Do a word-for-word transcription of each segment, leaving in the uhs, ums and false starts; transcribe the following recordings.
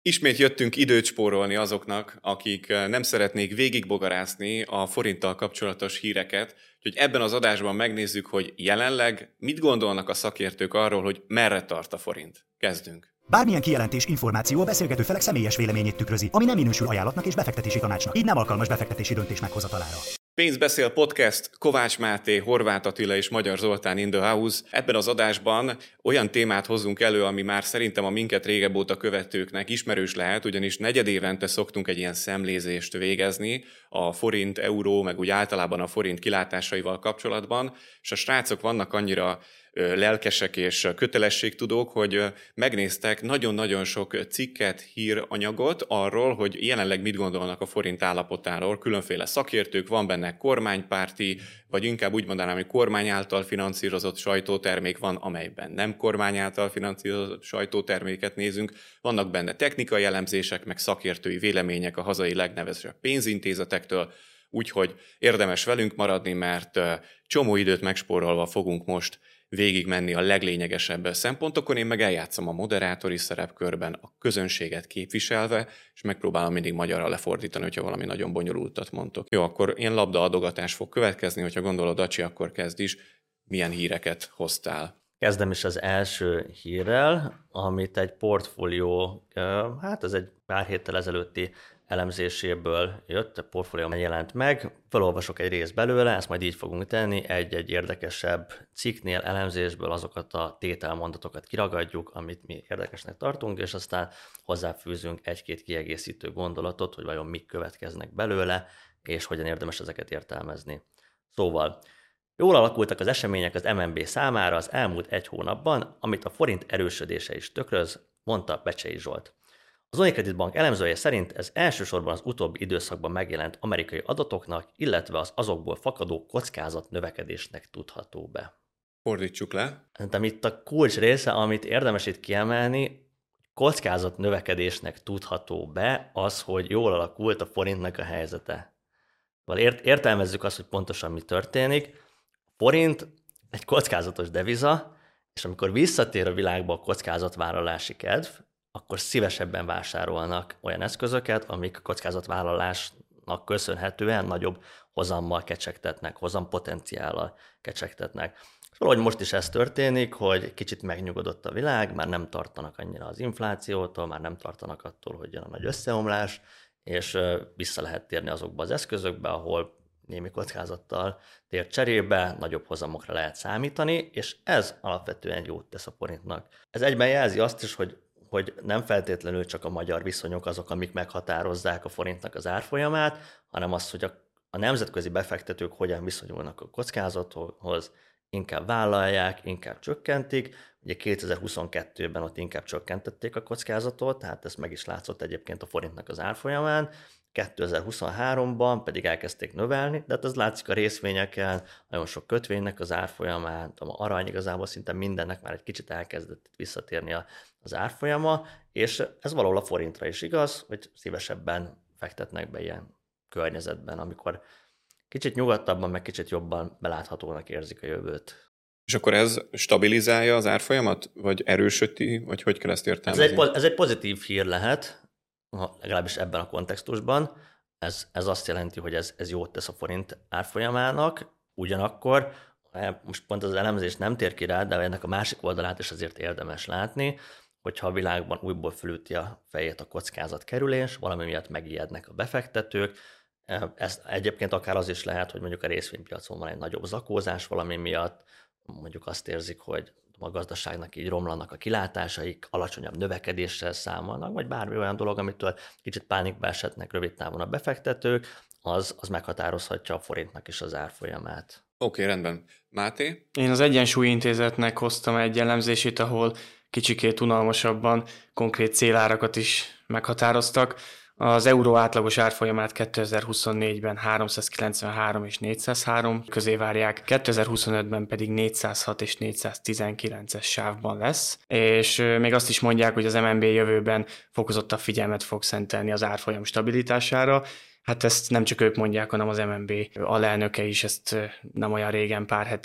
Ismét jöttünk időt spórolni azoknak, akik nem szeretnék végigbogarászni a forinttal kapcsolatos híreket, úgyhogy ebben az adásban megnézzük, hogy jelenleg mit gondolnak a szakértők arról, hogy merre tart a forint. Kezdünk! Bármilyen kijelentés, információ a beszélgető felek személyes véleményét tükrözi, ami nem minősül ajánlatnak és befektetési tanácsnak, így nem alkalmas befektetési döntés meghozatalára. Pénzbeszél podcast, Kovács Máté, Horváth Attila és Magyar Zoltán in the house. Ebben az adásban olyan témát hozzunk elő, ami már szerintem a minket régebb óta követőknek ismerős lehet, ugyanis negyedévente szoktunk egy ilyen szemlézést végezni a forint, euró, meg úgy általában a forint kilátásaival kapcsolatban, és a srácok vannak annyira lelkesek és kötelességtudók, hogy megnéztek nagyon-nagyon sok cikket, híranyagot arról, hogy jelenleg mit gondolnak a forint állapotáról. Különféle szakértők, van benne kormánypárti, vagy inkább úgy mondanám, hogy kormány által finanszírozott sajtótermék van, amelyben nem kormány által finanszírozott sajtóterméket nézünk. Vannak benne technikai elemzések, meg szakértői vélemények a hazai legnevesebb pénzintézetektől, úgyhogy érdemes velünk maradni, mert csomó időt megspórolva fogunk most végig menni a leglényegesebb szempontokon, én meg eljátszom a moderátori szerepkörben, a közönséget képviselve, és megpróbálom mindig magyarra lefordítani, hogyha valami nagyon bonyolultat mondtok. Jó, akkor én labdaadogatás fog következni, hogyha gondolod, Acsi, akkor kezd is. Milyen híreket hoztál? Kezdem is az első hírrel, amit egy portfólió, hát ez egy pár héttel ezelőtti elemzéséből jött, a portfólióban jelent meg, felolvasok egy részt belőle, ezt majd így fogunk tenni, egy-egy érdekesebb cikknél, elemzésből azokat a tételmondatokat kiragadjuk, amit mi érdekesnek tartunk, és aztán hozzáfűzünk egy-két kiegészítő gondolatot, hogy vajon mik következnek belőle, és hogyan érdemes ezeket értelmezni. Szóval, jól alakultak az események az em en bé számára az elmúlt egy hónapban, amit a forint erősödése is tükröz, mondta Becsei Zsolt. Az Unicredit Bank elemzője szerint ez elsősorban az utóbbi időszakban megjelent amerikai adatoknak, illetve az azokból fakadó kockázat növekedésnek tudható be. Fordítsuk le. De itt a kulcs része, amit érdemes itt kiemelni, kockázat növekedésnek tudható be az, hogy jól alakult a forintnak a helyzete. Ért- értelmezzük azt, hogy pontosan mi történik. A forint egy kockázatos deviza, és amikor visszatér a világba a kockázatvállalási kedv, akkor szívesebben vásárolnak olyan eszközöket, amik a kockázatvállalásnak köszönhetően nagyobb hozammal kecsegtetnek, hozampotenciállal kecsegtetnek. És valahogy most is ez történik, hogy kicsit megnyugodott a világ, már nem tartanak annyira az inflációtól, már nem tartanak attól, hogy jön a nagy összeomlás, és vissza lehet térni azokba az eszközökbe, ahol némi kockázattal tér cserébe, nagyobb hozamokra lehet számítani, és ez alapvetően jót tesz a forintnak. Ez egyben jelzi azt is, hogy hogy nem feltétlenül csak a magyar viszonyok azok, amik meghatározzák a forintnak az árfolyamát, hanem az, hogy a, a nemzetközi befektetők hogyan viszonyulnak a kockázathoz, inkább vállalják, inkább csökkentik. Ugye kétezer-huszonkettőben ott inkább csökkentették a kockázatot, tehát ez meg is látszott egyébként a forintnak az árfolyamán. kétezer-huszonháromban pedig elkezdték növelni, de hát ez látszik a részvényeken, nagyon sok kötvénynek az árfolyamán, a arany igazából szinte mindennek már egy kicsit elkezdett visszatérni az árfolyama, és ez valahol a forintra is igaz, hogy szívesebben fektetnek be ilyen környezetben, amikor kicsit nyugodtabban, meg kicsit jobban beláthatónak érzik a jövőt. És akkor ez stabilizálja az árfolyamat, vagy erősödi, vagy hogy kell ezt értelmezni? Ez egy, ez egy pozitív hír lehet, legalábbis ebben a kontextusban. Ez, ez azt jelenti, hogy ez, ez jót tesz a forint árfolyamának, ugyanakkor most pont az elemzés nem tér ki rá, de ennek a másik oldalát is azért érdemes látni, hogyha a világban újból fölüti a fejét a kockázatkerülés, valami miatt megijednek a befektetők. Ez egyébként akár az is lehet, hogy mondjuk a részvénypiacon van egy nagyobb zakózás valami miatt, mondjuk azt érzik, hogy a gazdaságnak így romlanak a kilátásaik, alacsonyabb növekedéssel számolnak, vagy bármi olyan dolog, amitől kicsit pánikba esetnek rövid távon a befektetők, az, az meghatározhatja a forintnak is az árfolyamát. Oké, okay, rendben. Máté? Én az Egyensúly Intézetnek hoztam egy elemzését, ahol kicsikét unalmasabban konkrét célárakat is meghatároztak. Az euró átlagos árfolyamát kétezer-huszonnégyben háromszázkilencvenhárom és négyszázhárom közé várják, kétezer-huszonötben pedig négyszázhat és négyszáztizenkilences sávban lesz, és még azt is mondják, hogy az em en bé jövőben fokozottabb figyelmet fog szentelni az árfolyam stabilitására. Hát ezt nem csak ők mondják, hanem az em en bé alelnöke is ezt nem olyan régen, pár hete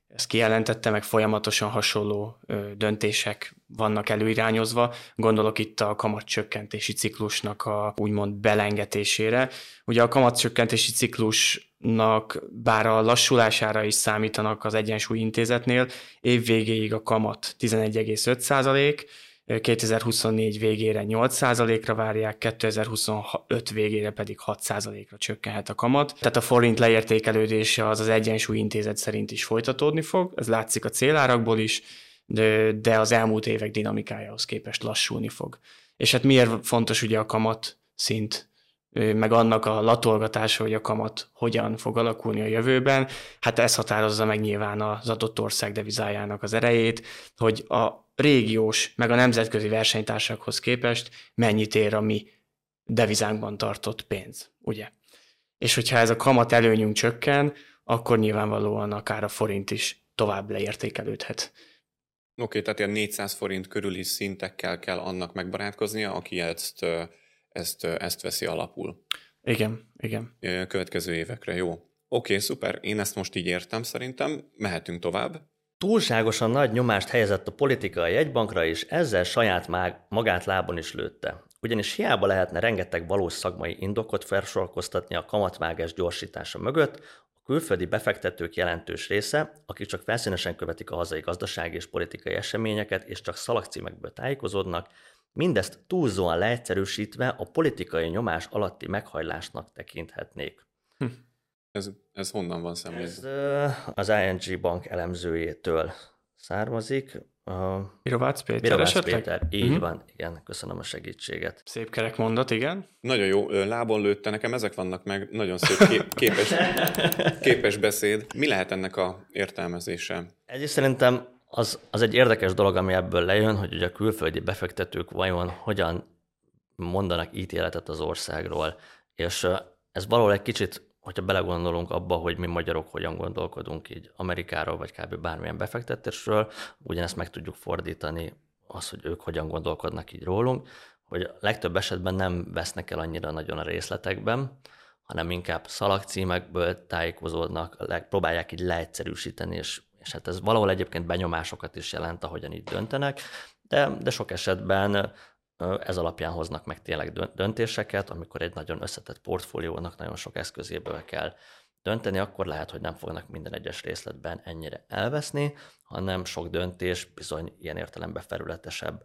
ezt kijelentette, meg folyamatosan hasonló döntések vannak előirányozva. Gondolok itt a kamatcsökkentési ciklusnak a úgymond belengetésére. Ugye a kamatcsökkentési ciklusnak bár a lassulására is számítanak az Egyensúly Intézetnél, év végéig a kamat tizenegy egész öt százalék, kétezer-huszonnégy végére nyolc százalékra várják, kétezer-huszonöt végére pedig hat százalékra csökkenhet a kamat. Tehát a forint leértékelődése az az Egyensúly Intézet szerint is folytatódni fog, ez látszik a célárakból is, de, de az elmúlt évek dinamikájához képest lassulni fog. És hát miért fontos ugye a kamat szint, meg annak a latolgatása, hogy a kamat hogyan fog alakulni a jövőben, hát ez határozza meg nyilván az adott ország devizájának az erejét, hogy a régiós, meg a nemzetközi versenytársakhoz képest mennyit ér a mi devizánkban tartott pénz, ugye? És hogyha ez a kamat előnyünk csökken, akkor nyilvánvalóan akár a forint is tovább leértékelődhet. Oké, okay, tehát ilyen négyszáz forint körüli szintekkel kell annak megbarátkoznia, aki ezt, ezt, ezt veszi alapul. Igen, igen. Következő évekre, jó. Oké, okay, szuper, én ezt most így értem szerintem, mehetünk tovább. Túlságosan nagy nyomást helyezett a politika a jegybankra, és ezzel saját mág, magát lábon is lőtte. Ugyanis hiába lehetne rengeteg valós szakmai indokot felsorolkoztatni a kamatvágás gyorsítása mögött, a külföldi befektetők jelentős része, akik csak felszínesen követik a hazai gazdasági és politikai eseményeket, és csak szalagcímekből tájékozódnak, mindezt túlzóan leegyszerűsítve a politikai nyomás alatti meghajlásnak tekinthetnék. Hm. Ez, ez honnan van szemlézve? Ez az I N G Bank elemzőjétől származik. Mirovácz Péter Mirovácz esetleg? Péter, így uh-huh. van, igen, köszönöm a segítséget. Szép kerek mondat, igen. Nagyon jó, lábon lőtte, nekem ezek vannak meg, nagyon szép kép, képes, képes beszéd. Mi lehet ennek a értelmezése? Egyrészt szerintem az, az egy érdekes dolog, ami ebből lejön, hogy ugye a külföldi befektetők vajon hogyan mondanak ítéletet az országról, és ez valahol egy kicsit, hogyha belegondolunk abba, hogy mi magyarok hogyan gondolkodunk így Amerikáról, vagy kb. Bármilyen befektetésről, ugyanezt meg tudjuk fordítani, az, hogy ők hogyan gondolkodnak így rólunk, hogy legtöbb esetben nem vesznek el annyira nagyon a részletekben, hanem inkább szalagcímekből tájékozódnak, próbálják így leegyszerűsíteni, és, és hát ez valahol egyébként benyomásokat is jelent, ahogyan így döntenek, de, de sok esetben ez alapján hoznak meg tényleg döntéseket, amikor egy nagyon összetett portfóliónak nagyon sok eszközéből kell dönteni, akkor lehet, hogy nem fognak minden egyes részletben ennyire elveszni, hanem sok döntés bizony ilyen értelemben felületesebb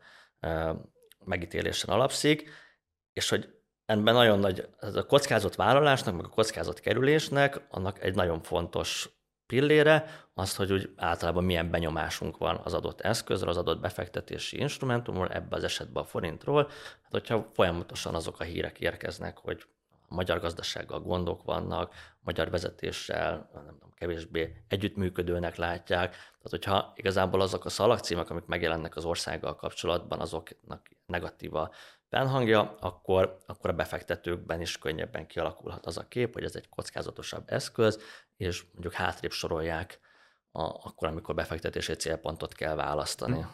megítélésen alapszik, és hogy ebben nagyon nagy, ez a kockázatvállalásnak, meg a kockázatkerülésnek annak egy nagyon fontos pillére, azt, hogy úgy általában milyen benyomásunk van az adott eszközről, az adott befektetési instrumentumról, ebben az esetben a forintról. Hát, hogyha folyamatosan azok a hírek érkeznek, hogy a magyar gazdasággal gondok vannak, a magyar vezetéssel nem tudom, kevésbé együttműködőnek látják, tehát hogyha igazából azok a szalagcímek, amik megjelennek az országgal kapcsolatban, azoknak negatív a felhangja, akkor, akkor a befektetőkben is könnyebben kialakulhat az a kép, hogy ez egy kockázatosabb eszköz, és mondjuk hátrébb sorolják a, akkor, amikor befektetési célpontot kell választani.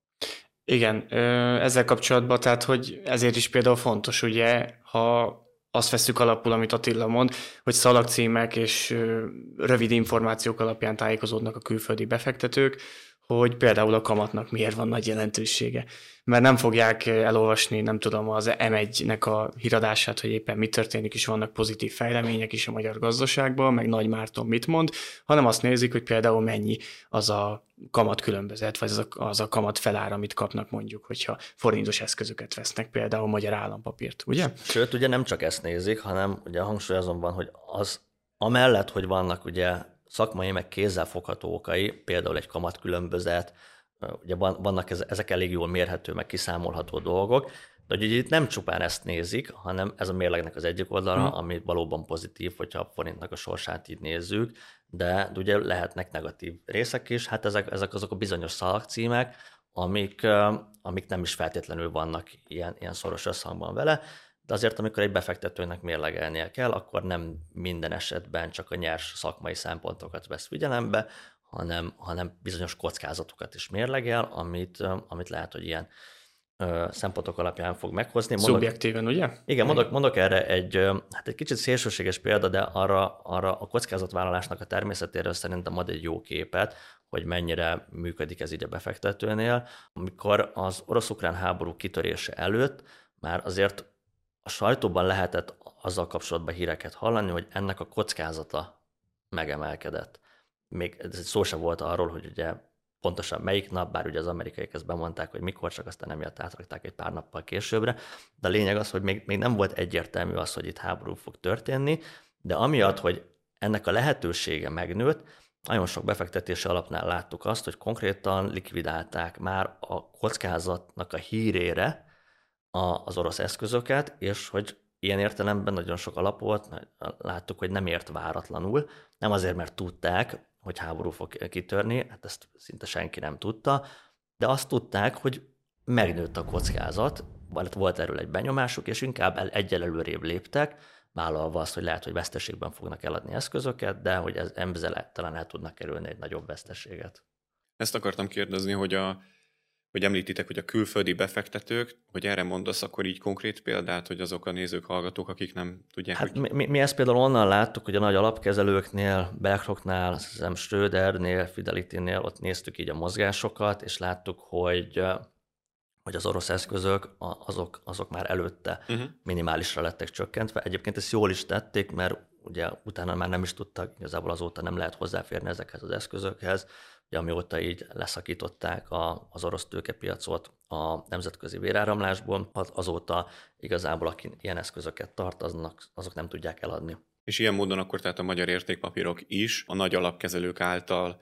Igen, ezzel kapcsolatban, tehát hogy ezért is például fontos, ugye, ha azt vesszük alapul, amit Attila mond, hogy szalagcímek és rövid információk alapján tájékozódnak a külföldi befektetők, hogy például a kamatnak miért van nagy jelentősége. Mert nem fogják elolvasni, nem tudom, az em egynek a híradását, hogy éppen mi történik, és vannak pozitív fejlemények is a magyar gazdaságban, meg Nagy Márton mit mond, hanem azt nézik, hogy például mennyi az a kamat különbözet, vagy az a, az a kamat felár, amit kapnak mondjuk, hogyha forintos eszközöket vesznek, például magyar állampapírt, ugye? Sőt, ugye nem csak ezt nézik, hanem ugye hangsúlyozom van, hogy az amellett, hogy vannak ugye szakmai, meg kézzelfogható okai, például egy kamatkülönbözet, ugye vannak ezek elég jól mérhető, meg kiszámolható dolgok, de ugye itt nem csupán ezt nézik, hanem ez a mérlegnek az egyik oldala, hmm. ami valóban pozitív, hogyha a forintnak a sorsát így nézzük, de, de ugye lehetnek negatív részek is, hát ezek, ezek azok a bizonyos szalagcímek, amik, amik nem is feltétlenül vannak ilyen, ilyen szoros összhangban vele, de azért, amikor egy befektetőnek mérlegelnie kell, akkor nem minden esetben csak a nyers szakmai szempontokat vesz figyelembe, hanem, hanem bizonyos kockázatokat is mérlegel, amit, amit lehet, hogy ilyen szempontok alapján fog meghozni. Mondok, szubjektíven, ugye? Igen, mondok, mondok erre egy, hát egy kicsit szélsőséges példa, de arra, arra a kockázatvállalásnak a természetéről szerintem ad egy jó képet, hogy mennyire működik ez így a befektetőnél. Amikor az orosz-ukrán háború kitörése előtt már azért a sajtóban lehetett azzal kapcsolatban híreket hallani, hogy ennek a kockázata megemelkedett. Még szó sem volt arról, hogy ugye pontosan melyik nap, bár ugye az amerikaiak ezt bemondták, hogy mikor, csak aztán emiatt átrakták egy pár nappal későbbre, de a lényeg az, hogy még, még nem volt egyértelmű az, hogy itt háború fog történni, de amiatt, hogy ennek a lehetősége megnőtt, nagyon sok befektetési alapnál láttuk azt, hogy konkrétan likvidálták már a kockázatnak a hírére az orosz eszközöket, és hogy ilyen értelemben nagyon sok alap volt, láttuk, hogy nem ért váratlanul, nem azért, mert tudták, hogy háború fog kitörni, hát ezt szinte senki nem tudta, de azt tudták, hogy megnőtt a kockázat, volt erről egy benyomásuk, és inkább egyel előrébb léptek, vállalva azt, hogy lehet, hogy veszteségben fognak eladni eszközöket, de hogy ez ezzel talán el tudnak kerülni egy nagyobb veszteséget. Ezt akartam kérdezni, hogy, a, hogy említitek, hogy a külföldi befektetők, hogy erre mondasz akkor így konkrét példát, hogy azok a nézők, hallgatók, akik nem tudják, hát hogy... mi, mi ezt például onnan láttuk, hogy a nagy alapkezelőknél, BlackRocknál, azt hiszem Schrödernél, Fidelitynél ott néztük így a mozgásokat, és láttuk, hogy hogy az orosz eszközök, azok, azok már előtte uh-huh. minimálisra lettek csökkentve. Egyébként ezt jól is tették, mert ugye utána már nem is tudtak, igazából azóta nem lehet hozzáférni ezekhez az eszközökhez, ugye amióta így leszakították a, az orosz tőkepiacot a nemzetközi véráramlásból, azóta igazából aki ilyen eszközöket tart, azok, azok nem tudják eladni. És ilyen módon akkor tehát a magyar értékpapírok is a nagy alapkezelők által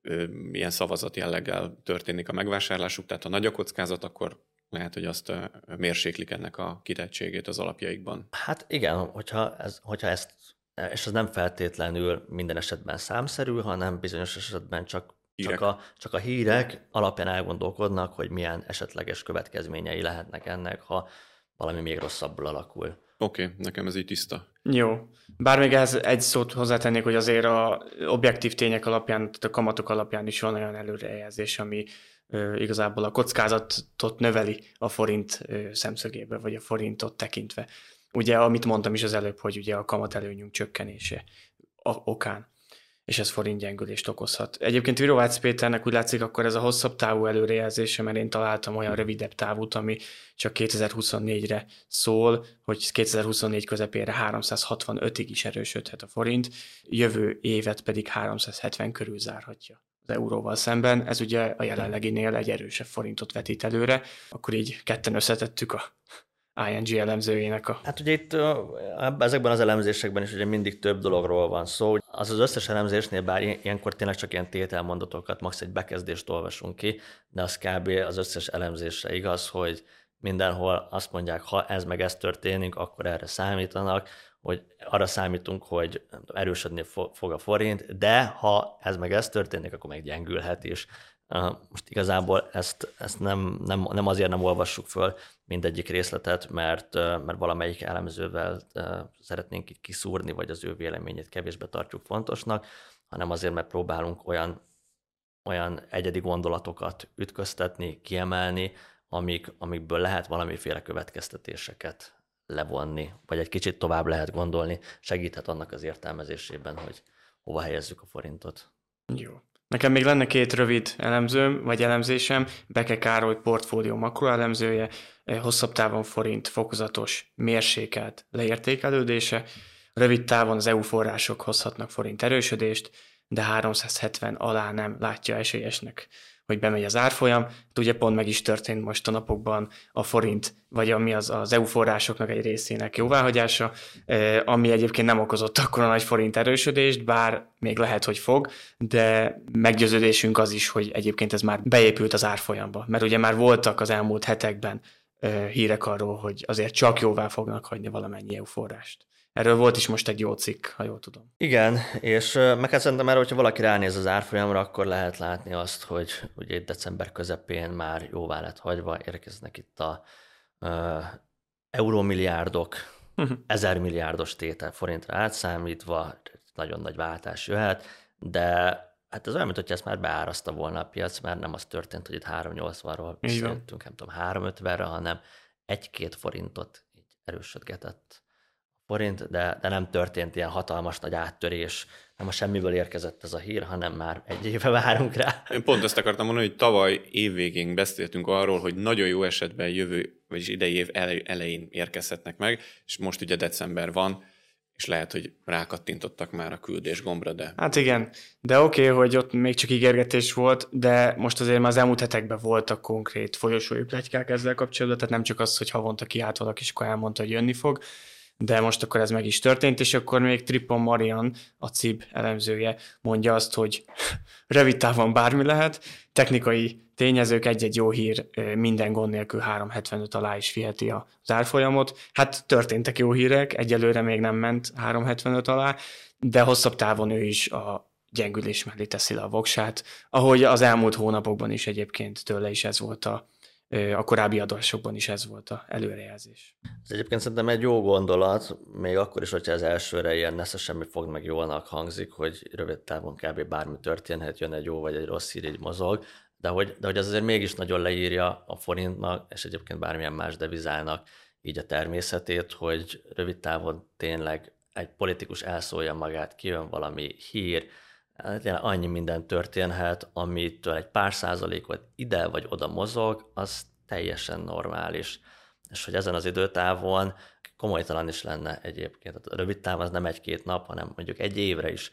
ilyen szavazat jelleggel történik a megvásárlásuk, tehát ha nagy a kockázat, akkor lehet, hogy azt mérséklik ennek a kitettségét az alapjaikban. Hát igen, hogyha, ez, hogyha ezt, és ez nem feltétlenül minden esetben számszerű, hanem bizonyos esetben csak, csak, a, csak a hírek alapján elgondolkodnak, hogy milyen esetleges következményei lehetnek ennek, ha valami még rosszabbul alakul. Oké, okay, nekem ez így tiszta. Jó. Bár még ehhez egy szót hozzátennék, hogy azért a objektív tények alapján, tehát a kamatok alapján is van olyan előrejelzés, ami ö, igazából a kockázatot növeli a forint ö, szemszögébe, vagy a forintot tekintve. Ugye, amit mondtam is az előbb, hogy ugye a kamatelőnyünk csökkenése a, okán, és ez forint gyengülést okozhat. Egyébként Virovácz Péternek úgy látszik, akkor ez a hosszabb távú előrejelzése, mert én találtam olyan rövidebb távút, ami csak kétezer-huszonnégyre szól, hogy kétezer-huszonnégy közepére háromszázhatvanötig is erősödhet a forint, jövő évet pedig háromszázhetven körül zárhatja az euróval szemben. Ez ugye a jelenleginél egy erősebb forintot vetít előre, akkor így ketten összetettük a i en gé elemzőjének a... Hát ugye itt ezekben az elemzésekben is ugye mindig több dologról van szó. Az az összes elemzésnél, bár ilyenkor tényleg csak ilyen tételmondatokat, max. Egy bekezdést olvasunk ki, de az kb. Az összes elemzésre igaz, hogy mindenhol azt mondják, ha ez meg ez történik, akkor erre számítanak, hogy arra számítunk, hogy erősödni fog a forint, de ha ez meg ez történik, akkor meg gyengülhet is. Most igazából ezt, ezt nem, nem, nem azért nem olvassuk föl mindegyik részletet, mert, mert valamelyik elemzővel szeretnénk itt kiszúrni, vagy az ő véleményét kevésbé tartjuk fontosnak, hanem azért, mert próbálunk olyan, olyan egyedi gondolatokat ütköztetni, kiemelni, amik, amikből lehet valamiféle következtetéseket levonni, vagy egy kicsit tovább lehet gondolni, segíthet annak az értelmezésében, hogy hova helyezzük a forintot. Jó. Nekem még lenne két rövid elemzőm, vagy elemzésem, Beke Károly portfólió makroelemzője, hosszabb távon forint fokozatos, mérsékelt leértékelődése, rövid távon az é u források hozhatnak forint erősödést, de háromszázhetven alá nem látja esélyesnek, hogy bemegy az árfolyam. Ugye pont meg is történt most a napokban a forint, vagy ami az, az é u forrásoknak egy részének jóváhagyása, ami egyébként nem okozott akkor a nagy forint erősödést, bár még lehet, hogy fog, de meggyőződésünk az is, hogy egyébként ez már beépült az árfolyamba, mert ugye már voltak az elmúlt hetekben hírek arról, hogy azért csak jóvá fognak hagyni valamennyi é u forrást. Erről volt is most egy jó cikk, ha jól tudom. Igen, és meg hát szerintem erre, hogyha valaki ránéz az árfolyamra, akkor lehet látni azt, hogy ugye itt december közepén már jóvá lett hagyva, érkeznek itt a uh, eurómilliárdok, uh-huh. ezer milliárdos tétel forintra átszámítva, nagyon nagy váltás jöhet, de Hát ez olyan, mintha ezt már beárazta volna a piac, mert nem az történt, hogy itt három nyolcvanról beszéltünk, nem tudom, három ötvenre, hanem egy-két forintot így erősödgetett a forint, de, de nem történt ilyen hatalmas nagy áttörés, nem a semmiből érkezett ez a hír, hanem már egy éve várunk rá. Én pont ezt akartam mondani, hogy tavaly évvégén beszéltünk arról, hogy nagyon jó esetben jövő, vagyis idei év elején érkezhetnek meg, és most ugye december van, és lehet, hogy rákattintottak már a küldés gombra, de... Hát igen, de oké, okay, hogy ott még csak ígérgetés volt, de most azért már az elmúlt hetekben voltak konkrét folyosói pletykák ezzel kapcsolatban, tehát nem csak az, hogy havonta kiállt valaki, és akkor elmondta, hogy jönni fog, de most akkor ez meg is történt, és akkor még Tripon Marian, a cé i bé elemzője mondja azt, hogy rövid távon bármi lehet, technikai tényezők, egy-egy jó hír minden gond nélkül három hetvenöt alá is viheti az árfolyamot. Hát történtek jó hírek, egyelőre még nem ment három hetvenöt alá, de hosszabb távon ő is a gyengülés mellé teszi le a voksát, ahogy az elmúlt hónapokban is egyébként tőle is ez volt a a korábbi adásokban is ez volt az előrejelzés. Ez egyébként szerintem egy jó gondolat, még akkor is, hogyha az elsőre ilyen nesze semmi fog meg jólnak hangzik, hogy rövid távon kb. Bármi történhet, jön egy jó vagy egy rossz hír, így mozog, de hogy, de hogy az azért mégis nagyon leírja a forintnak, és egyébként bármilyen más devizának így a természetét, hogy rövid távon tényleg egy politikus elszólja magát, kijön valami hír, tényleg annyi minden történhet, amitől egy pár százalékot ide vagy oda mozog, az teljesen normális. És hogy ezen az időtávon komolytalan is lenne egyébként. A rövid táv az nem egy-két nap, hanem mondjuk egy évre is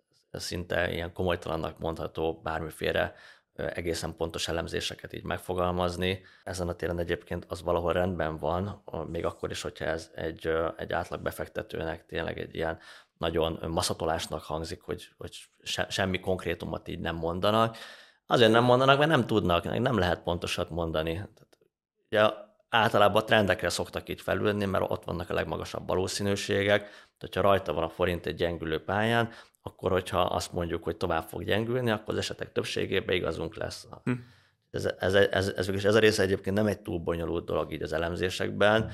szinte ilyen komolytalannak mondható bármiféle egészen pontos elemzéseket így megfogalmazni. Ezen a téren egyébként az valahol rendben van, még akkor is, hogyha ez egy, egy átlag befektetőnek tényleg egy ilyen nagyon maszatolásnak hangzik, hogy, hogy se, semmi konkrétumot így nem mondanak. Azért nem mondanak, mert nem tudnak, nem lehet pontosat mondani. Tehát, ugye általában a trendekre szoktak így felülni, mert ott vannak a legmagasabb valószínűségek. Tehát, hogyha rajta van a forint egy gyengülő pályán, akkor, hogyha azt mondjuk, hogy tovább fog gyengülni, akkor az esetek többségében igazunk lesz. Hm. Ez, ez, ez, ez, ez a része egyébként nem egy túl bonyolult dolog így az elemzésekben.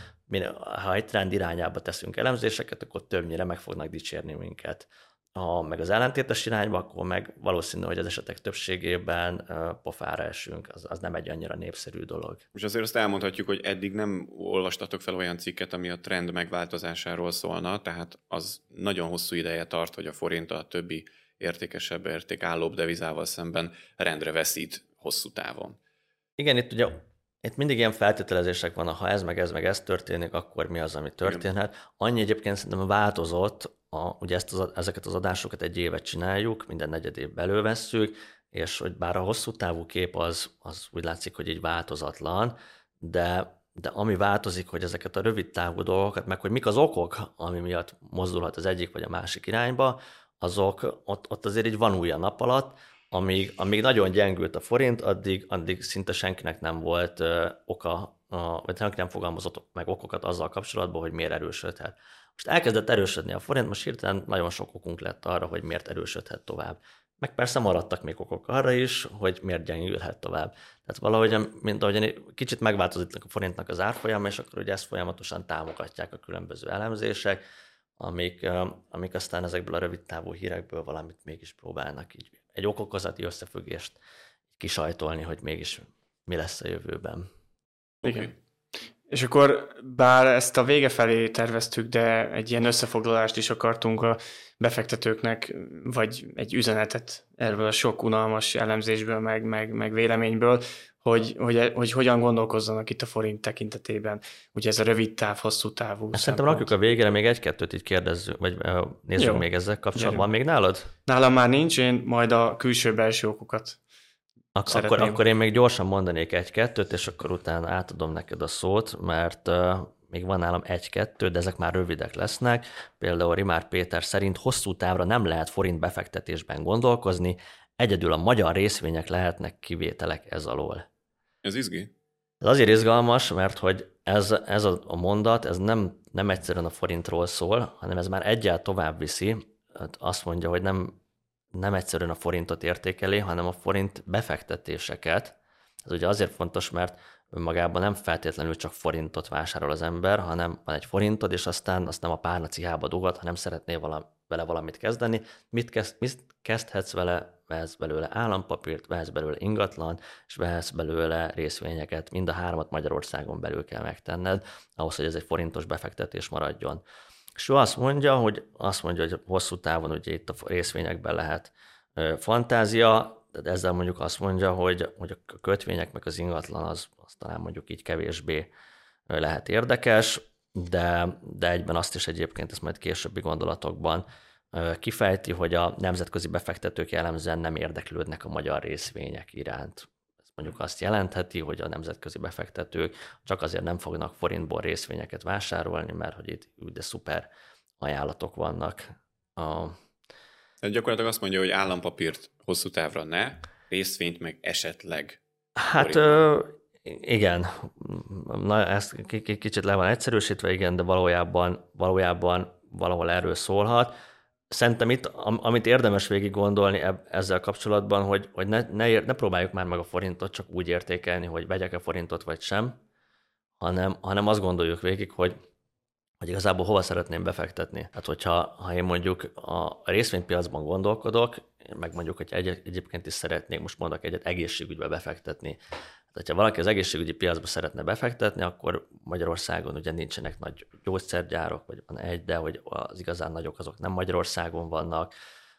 Ha egy trend irányába teszünk elemzéseket, akkor többnyire meg fognak dicsérni minket. Ha meg az ellentétes irányba, akkor meg valószínű, hogy az esetek többségében pofára esünk. Az, az nem egy annyira népszerű dolog. És azért azt elmondhatjuk, hogy eddig nem olvastatok fel olyan cikket, ami a trend megváltozásáról szólna, tehát az nagyon hosszú ideje tart, hogy a forint a többi értékesebb, értékállóbb devizával szemben rendre veszít hosszú távon. Igen, itt ugye itt mindig ilyen feltételezések vannak, ha ez meg ez meg ez történik, akkor mi az, ami történhet. Annyi egyébként szerintem változott, a, ugye ezt az, ezeket az adásokat egy évet csináljuk, minden negyed évben elővesszük, és hogy bár a hosszú távú kép az, az úgy látszik, hogy így változatlan, de, de ami változik, hogy ezeket a rövid távú dolgokat, meg hogy mik az okok, ami miatt mozdulhat az egyik vagy a másik irányba, azok ott, ott azért így van új a nap alatt. Amíg, amíg nagyon gyengült a forint, addig, addig szinte senkinek nem volt ö, oka, ö, vagy senki nem fogalmazott meg okokat azzal kapcsolatban, hogy miért erősödhet. Most elkezdett erősödni a forint, most hirtelen nagyon sok okunk lett arra, hogy miért erősödhet tovább. Meg persze maradtak még okok arra is, hogy miért gyengülhet tovább. Tehát valahogy, mint ahogy kicsit megváltozik a forintnak az árfolyama, és akkor ugye ezt folyamatosan támogatják a különböző elemzések, amik, amik aztán ezekből a rövid távú hírekből valamit mégis próbálnak így egy okokozati összefüggést kisajtolni, hogy mégis mi lesz a jövőben. Igen. Okay. És akkor bár ezt a vége felé terveztük, de egy ilyen összefoglalást is akartunk a befektetőknek, vagy egy üzenetet erről a sok unalmas elemzésből, meg, meg, meg véleményből, hogy, hogy, hogy hogyan gondolkozzanak itt a forint tekintetében. Ugye ez a rövid táv, hosszú távú. Szerintem rakjuk a végére még egy-kettőt így kérdezzük, vagy nézzük Jó. még ezzel kapcsolatban. Van még nálad? Nálam már nincs, én majd a külső-belső okokat Ak- akkor, akkor én még gyorsan mondanék egy-kettőt, és akkor utána átadom neked a szót, mert uh, még van nálam egy-kettő, de ezek már rövidek lesznek. Például Rimár Péter szerint hosszú távra nem lehet forint befektetésben gondolkozni, egyedül a magyar részvények lehetnek kivételek ez alól. Ez izgi. Ez azért izgalmas, mert hogy ez, ez a, a mondat, ez nem, nem egyszerűen a forintról szól, hanem ez már egyáltalán tovább viszi. Azt mondja, hogy nem, nem egyszerűen a forintot értékeli, hanem a forint befektetéseket. Ez ugye azért fontos, mert önmagában nem feltétlenül csak forintot vásárol az ember, hanem van egy forintod, és aztán azt nem a párna cihába dugat, hanem szeretné valami vele valamit kezdeni. Mit, kezd, mit kezdhetsz vele? Vehetsz belőle állampapírt, vehetsz belőle ingatlan, és vehetsz belőle részvényeket. Mind a háromat Magyarországon belül kell megtenned, ahhoz, hogy ez egy forintos befektetés maradjon. És ő azt mondja, hogy, azt mondja, hogy hosszú távon ugye itt a részvényekben lehet fantázia, de ezzel mondjuk azt mondja, hogy, hogy a kötvények meg az ingatlan az, az talán mondjuk így kevésbé lehet érdekes, de, de egyben azt is egyébként, ezt majd későbbi gondolatokban kifejti, hogy a nemzetközi befektetők jellemzően nem érdeklődnek a magyar részvények iránt. Ez mondjuk azt jelentheti, hogy a nemzetközi befektetők csak azért nem fognak forintból részvényeket vásárolni, mert hogy itt de szuper ajánlatok vannak. A... Gyakorlatilag azt mondja, hogy állampapírt hosszú távra ne, részvényt meg esetleg. Hát ö, igen, na, ez k- kicsit le van egyszerűsítve, igen, de valójában, valójában valahol erről szólhat. Szerintem itt, amit érdemes végig gondolni ezzel kapcsolatban, hogy, hogy ne, ne, ér, ne próbáljuk már meg a forintot csak úgy értékelni, hogy vegyek-e forintot vagy sem, hanem, hanem azt gondoljuk végig, hogy, hogy igazából hova szeretném befektetni. Hát hogyha ha én mondjuk a részvénypiacban gondolkodok, meg mondjuk, hogy egy, egyébként is szeretnék, most mondok egyet, egészségügybe befektetni. Hát, ha valaki az egészségügyi piacba szeretne befektetni, akkor Magyarországon ugye nincsenek nagy gyógyszergyárok, vagy van egy, de hogy az igazán nagyok azok nem Magyarországon vannak.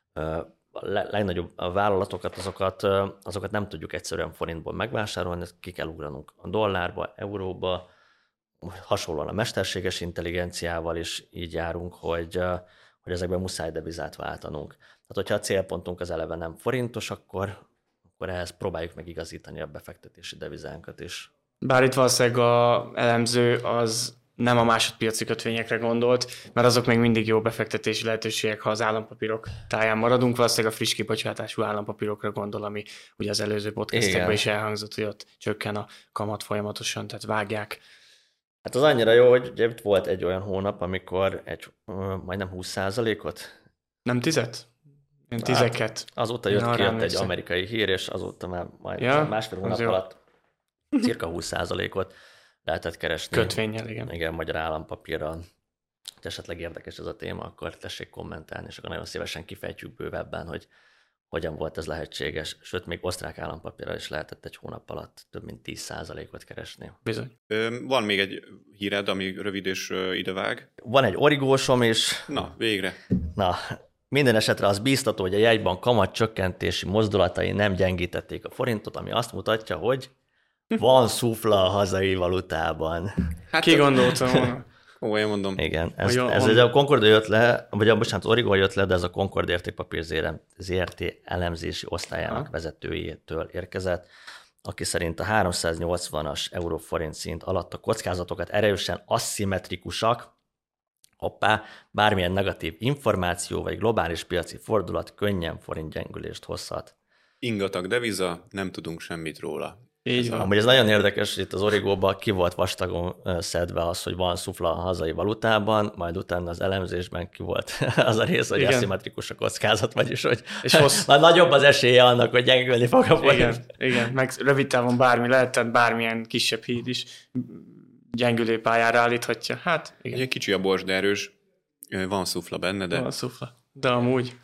A legnagyobb vállalatokat, azokat, azokat nem tudjuk egyszerűen forintból megvásárolni, ki kell ugranunk a dollárba, euróba, hasonlóan a mesterséges intelligenciával is így járunk, hogy, hogy ezekben muszáj devizát váltanunk. Tehát, hogyha a célpontunk az eleve nem forintos, akkor, akkor ehhez próbáljuk meg igazítani a befektetési devizánkat is. Bár itt valószínűleg az elemző az nem a másodpiaci kötvényekre gondolt, mert azok még mindig jó befektetési lehetőségek, ha az állampapírok táján maradunk. Valószínűleg a friss kibocsátású állampapírokra gondol, ami ugye az előző podcastekben is elhangzott, hogy ott csökken a kamat folyamatosan, tehát vágják. Hát az annyira jó, hogy ugye volt egy olyan hónap, amikor egy majdnem húsz százalékot. Nem tizet? Én tizeket. Hát azóta jött ki jött egy amerikai hír, és azóta már majd ja, másfél hónap alatt cirka húsz százalékot lehetett keresni. Kötvényel, igen. Igen, magyar állampapírral. Ha esetleg érdekes ez a téma, akkor tessék kommentálni, és akkor nagyon szívesen kifejtjük bővebben, hogy hogyan volt ez lehetséges. Sőt, még osztrák állampapírral is lehetett egy hónap alatt több mint tíz százalékot keresni. Bizony. Van még egy híred, ami rövid és idevág. Van egy origósom is. Na, végre. Na, minden esetre az bíztató, hogy a jegybank kamatcsökkentési mozdulatai nem gyengítették a forintot, ami azt mutatja, hogy van szufla a hazai valutában. Hát ki gondoltam volna? Ó, mondom. Igen, ez, ez, ez a Concord jött le, vagy a, bocsánat, Origo jött le, de ez a Concord értékpapír zé er té elemzési osztályának ha. vezetőjétől érkezett, aki szerint a háromszáznyolcvanas euró-forint szint alatt a kockázatokat erősen aszimmetrikusak, hoppá, bármilyen negatív információ vagy globális piaci fordulat könnyen forint gyengülést hozhat. Ingatag deviza, nem tudunk semmit róla. Így van. Amúgy ez nagyon érdekes, hogy itt az Origóban ki volt vastagon szedve az, hogy van szufla a hazai valutában, majd utána az elemzésben ki volt az a rész, hogy igen. aszimmetrikus a kockázat, vagyis hogy és hossz... nagyobb az esélye annak, hogy gyengülni fog a forint. Igen, igen, meg rövid távon bármi lehet, tehát bármilyen kisebb híd is gyengülő pályára állíthatja. Hát, igen. Egy kicsi a bors, de erős. Van szufla benne, de... Van szufla, de amúgy...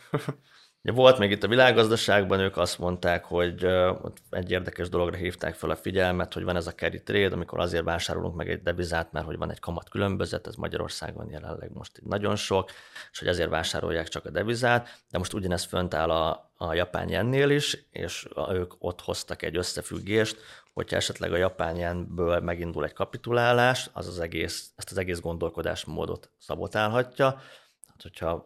Volt még itt a világgazdaságban, ők azt mondták, hogy egy érdekes dologra hívták fel a figyelmet, hogy van ez a carry trade, amikor azért vásárolunk meg egy devizát, mert hogy van egy kamat különbözet, ez Magyarországon jelenleg most nagyon sok, és hogy ezért vásárolják csak a devizát, de most ugyanez fönt áll a, a japán yennél is, és ők ott hoztak egy összefüggést, hogyha esetleg a japán yenből megindul egy kapitulálás, az az egész, ezt az egész gondolkodásmódot szabotálhatja. Hát, hogyha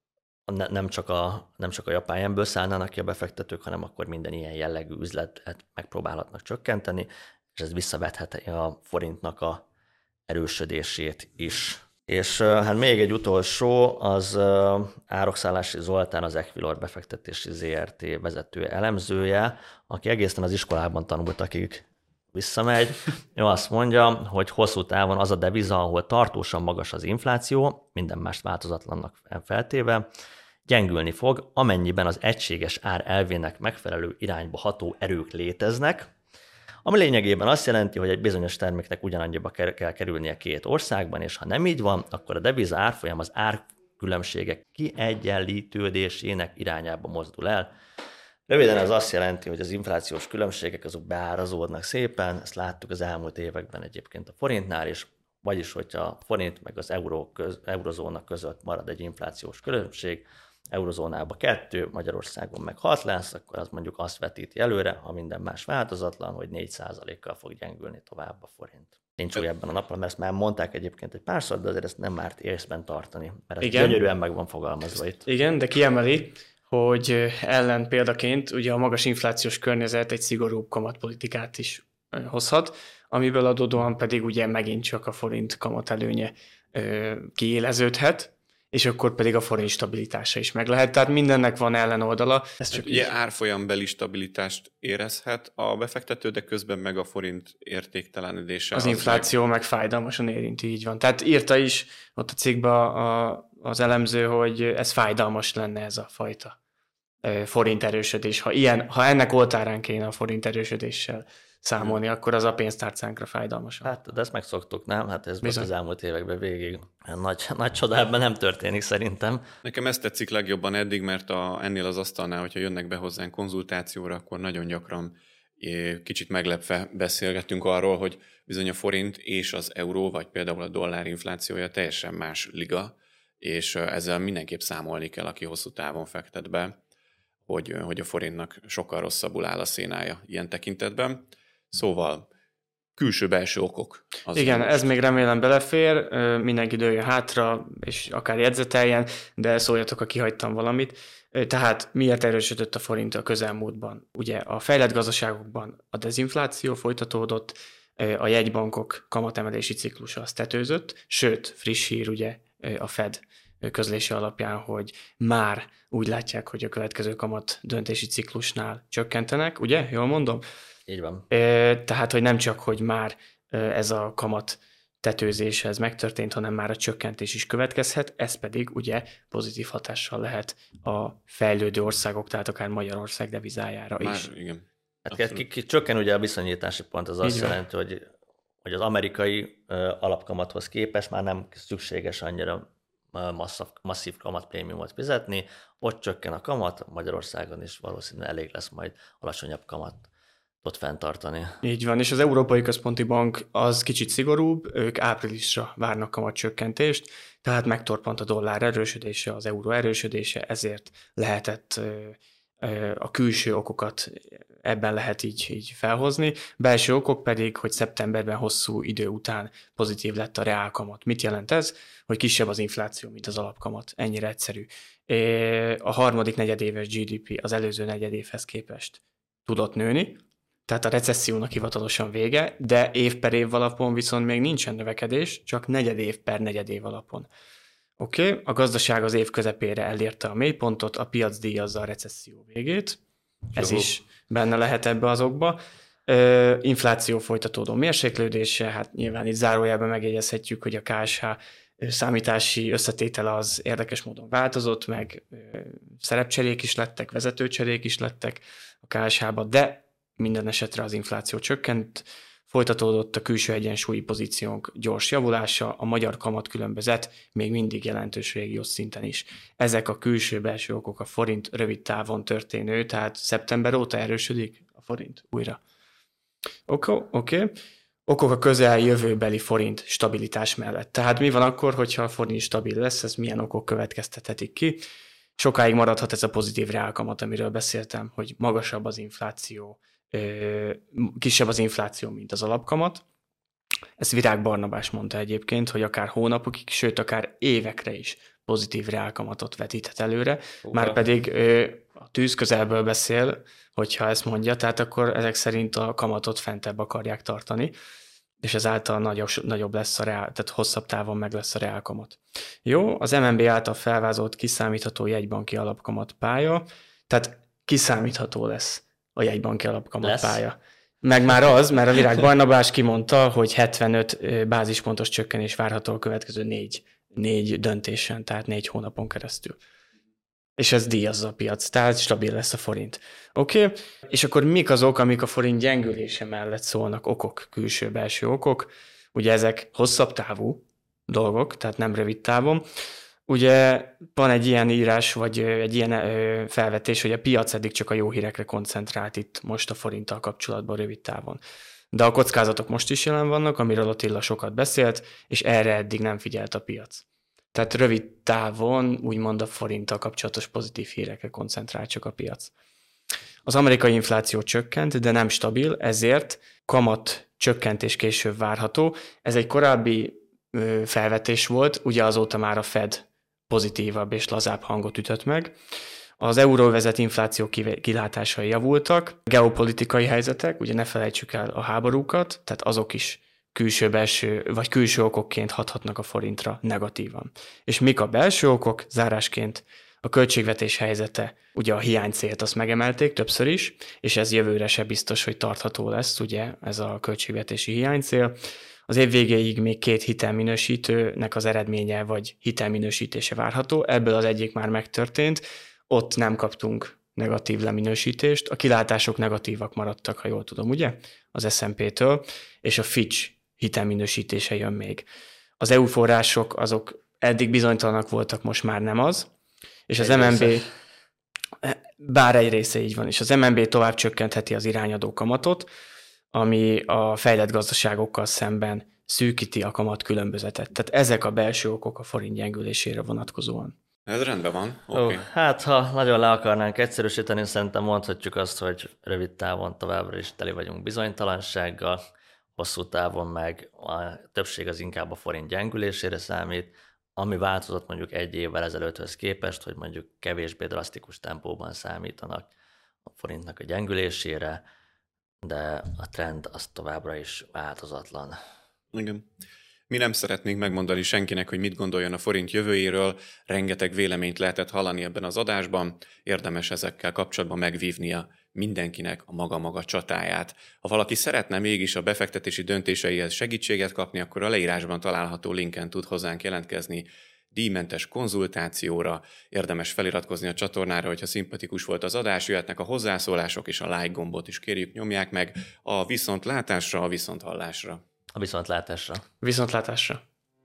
Nem csak, a, nem csak a japán yenből szállnának ki a befektetők, hanem akkor minden ilyen jellegű üzletet megpróbálhatnak csökkenteni, és ez visszavetheti a forintnak a erősödését is. És hát még egy utolsó, az Árokszállási Zoltán, az Equilor befektetési zé er té vezető elemzője, aki egészen az iskolában tanult, akik visszamegy. Ő azt mondja, hogy hosszú távon az a deviza, ahol tartósan magas az infláció, minden mást változatlannak feltéve, gyengülni fog, amennyiben az egységes ár elvének megfelelő irányba ható erők léteznek, ami lényegében azt jelenti, hogy egy bizonyos terméknek ugyanannyiba kell kerülnie két országban, és ha nem így van, akkor a deviza árfolyam az ár különbségek kiegyenlítődésének irányába mozdul el. Röviden ez azt jelenti, hogy az inflációs különbségek azok beárazódnak szépen, ezt láttuk az elmúlt években egyébként a forintnál is, vagyis hogyha a forint meg az euró köz, eurozóna között marad egy inflációs különbség, eurozónában kettő, Magyarországon meg hat lesz, akkor az mondjuk azt vetíti előre, ha minden más változatlan, hogy négy százalékkal fog gyengülni tovább a forint. Nincs úgy ebben a napban, mert ezt már mondták egyébként egy párszor, de azért ezt nem árt észben tartani, mert ez gyönyörűen meg van fogalmazva itt. Igen, de kiemeli, hogy ellen példaként ugye a magas inflációs környezet egy szigorúbb kamatpolitikát is hozhat, amiből adódóan pedig ugye megint csak a forint kamat előnye kiéleződhet, és akkor pedig a forint stabilitása is meg lehet. Tehát mindennek van ellenoldala. Ez csak ugye árfolyambeli stabilitást érezhet a befektető, de közben meg a forint értéktelenedése. Az, az infláció meg... meg fájdalmasan érinti, így van. Tehát írta is ott a cikkben a, az elemző, hogy ez fájdalmas lenne ez a fajta forint erősödés. Ha, ilyen, ha ennek oltárán kéne a forint erősödéssel számolni, hmm. akkor az a pénztárcánkra fájdalmas. Hát, de ezt megszoktuk, nem? Hát ez most az elmúlt években végig nagy, nagy csodában nem történik szerintem. Nekem ezt tetszik legjobban eddig, mert a, ennél az asztalnál, hogyha jönnek be hozzánk konzultációra, akkor nagyon gyakran kicsit meglepve beszélgetünk arról, hogy bizony a forint és az euró, vagy például a dollár inflációja teljesen más liga, és ezzel mindenképp számolni kell, aki hosszú távon fektet be, hogy, hogy a forintnak sokkal rosszabbul áll a szénája ilyen tekintetben. Szóval külső-belső okok. Igen, ez még remélem belefér, mindenki dőljön hátra, és akár jegyzeteljen, de szóljatok, ha kihagytam valamit. Tehát miért erősödött a forint a közelmúltban? Ugye a fejlett gazdaságokban a dezinfláció folytatódott, a jegybankok kamatemelési ciklusa az tetőzött, sőt, friss hír ugye a Fed közlése alapján, hogy már úgy látják, hogy a következő kamat döntési ciklusnál csökkentenek, ugye? Jól mondom? Így van. Tehát, hogy nem csak, hogy már ez a kamat tetőzés ez megtörtént, hanem már a csökkentés is következhet, ez pedig ugye pozitív hatással lehet a fejlődő országok, tehát akár Magyarország devizájára már, is. Igen. Hát ki, ki, csökken ugye a viszonyítási pont, az azt jelenti, hogy, hogy az amerikai alapkamathoz képest már nem szükséges annyira masszív, masszív kamatprémiumot fizetni, ott csökken a kamat, Magyarországon is valószínűleg elég lesz majd alacsonyabb kamatot fenntartani. Így van, és az Európai Központi Bank az kicsit szigorúbb, ők áprilisra várnak kamatcsökkentést, tehát megtorpant a dollár erősödése, az euró erősödése, ezért lehetett a külső okokat ebben lehet így, így felhozni. Belső okok pedig, hogy szeptemberben hosszú idő után pozitív lett a reálkamat. Mit jelent ez? Hogy kisebb az infláció, mint az alapkamat. Ennyire egyszerű. A harmadik negyedéves gé dé pé az előző negyedévhez képest tudott nőni, tehát a recessziónak hivatalosan vége, de év per év alapon viszont még nincsen növekedés, csak negyedév per negyedév alapon. Oké, okay. A gazdaság az év közepére elérte a mélypontot, a piac díjazza a recesszió végét, ez Jó. is benne lehet ebbe azokba. Ö, infláció folytatódó mérséklődése, hát nyilván itt zárójában megjegyezhetjük, hogy a ká es há számítási összetétele az érdekes módon változott, meg ö, szerepcserék is lettek, vezetőcserék is lettek a ká es há-ba, de minden esetre az infláció csökkent, folytatódott a külső egyensúlyi pozíciónk gyors javulása, a magyar kamatkülönbözet még mindig jelentős régiós szinten is. Ezek a külső-belső okok a forint rövid távon történő, tehát szeptember óta erősödik a forint újra. Oké, oké. Okay. Okok a közeljövőbeli forint stabilitás mellett. Tehát mi van akkor, hogyha a forint stabil lesz, ez milyen okok következtethetik ki? Sokáig maradhat ez a pozitív reálkamat, amiről beszéltem, hogy magasabb az infláció, kisebb az infláció, mint az alapkamat. Ezt Virág Barnabás mondta egyébként, hogy akár hónapokig, sőt akár évekre is pozitív reálkamatot vetíthet előre. Márpedig a tűz közelből beszél, hogyha ezt mondja, tehát akkor ezek szerint a kamatot fentebb akarják tartani, és ezáltal nagyobb, nagyobb lesz a reál, tehát hosszabb távon meg lesz a reálkamat. Jó, az em en bé által felvázolt kiszámítható jegybanki alapkamat pálya, tehát kiszámítható lesz a jegybanki alapkamat pálya. Meg már az, mert a Virág Barnabás kimondta, hogy hetvenöt bázispontos csökkenés várható a következő négy, négy döntésen, tehát négy hónapon keresztül. És ez díjazza a piac, tehát stabil lesz a forint. Oké, okay. És akkor mik azok, amik a forint gyengülése mellett szólnak, okok, külső-belső okok? Ugye ezek hosszabb távú dolgok, tehát nem rövid távon. Ugye van egy ilyen írás, vagy egy ilyen felvetés, hogy a piac eddig csak a jó hírekre koncentrált itt most a forinttal kapcsolatban rövid távon. De a kockázatok most is jelen vannak, amiről Attila sokat beszélt, és erre eddig nem figyelt a piac. Tehát rövid távon úgymond a forinttal kapcsolatos pozitív hírekre koncentrál csak a piac. Az amerikai infláció csökkent, de nem stabil, ezért kamat csökkentés később várható. Ez egy korábbi felvetés volt, ugye azóta már a Fed pozitívabb és lazább hangot ütött meg. Az euróvezet infláció kilátásai javultak, geopolitikai helyzetek, ugye ne felejtsük el a háborúkat, tehát azok is külső-belső, vagy külső okokként hathatnak a forintra negatívan. És mik a belső okok? Zárásként a költségvetés helyzete, ugye a hiánycélt azt megemelték többször is, és ez jövőre se biztos, hogy tartható lesz, ugye ez a költségvetési hiánycél. Az év végéig még két hitelminősítőnek az eredménye vagy hitelminősítése várható, ebből az egyik már megtörtént, ott nem kaptunk negatív leminősítést, a kilátások negatívak maradtak, ha jól tudom, ugye, az es and pé-től, és a Fitch hitelminősítése jön még. Az é u források azok eddig bizonytalanak voltak, most már nem az, és az em en bé, bár egy része így van, és az em en bé tovább csökkentheti az irányadó kamatot, ami a fejlett gazdaságokkal szemben szűkíti a kamat különbözetet. Tehát ezek a belső okok a forint gyengülésére vonatkozóan. Ez rendben van. Okay. Ó, hát, ha nagyon le akarnánk egyszerűsíteni, szerintem mondhatjuk azt, hogy rövid távon továbbra is teli vagyunk bizonytalansággal, hosszú távon meg a többség az inkább a forint gyengülésére számít, ami változott mondjuk egy évvel ezelőtthöz képest, hogy mondjuk kevésbé drasztikus tempóban számítanak a forintnak a gyengülésére, de a trend az továbbra is változatlan. Igen. Mi nem szeretnénk megmondani senkinek, hogy mit gondoljon a forint jövőjéről, rengeteg véleményt lehetett hallani ebben az adásban, érdemes ezekkel kapcsolatban megvívnia mindenkinek a maga-maga csatáját. Ha valaki szeretne mégis a befektetési döntéseihez segítséget kapni, akkor a leírásban található linken tud hozzánk jelentkezni díjmentes konzultációra, érdemes feliratkozni a csatornára, hogyha szimpatikus volt az adás, jöhetnek a hozzászólások, és a like gombot is kérjük, nyomják meg a viszontlátásra, a viszonthallásra. A viszontlátásra. Viszontlátásra.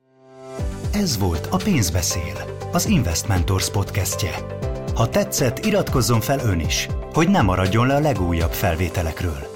Ez volt a Pénzbeszél, az Invest Mentors podcastje. Ha tetszett, iratkozzon fel ön is, hogy ne maradjon le a legújabb felvételekről.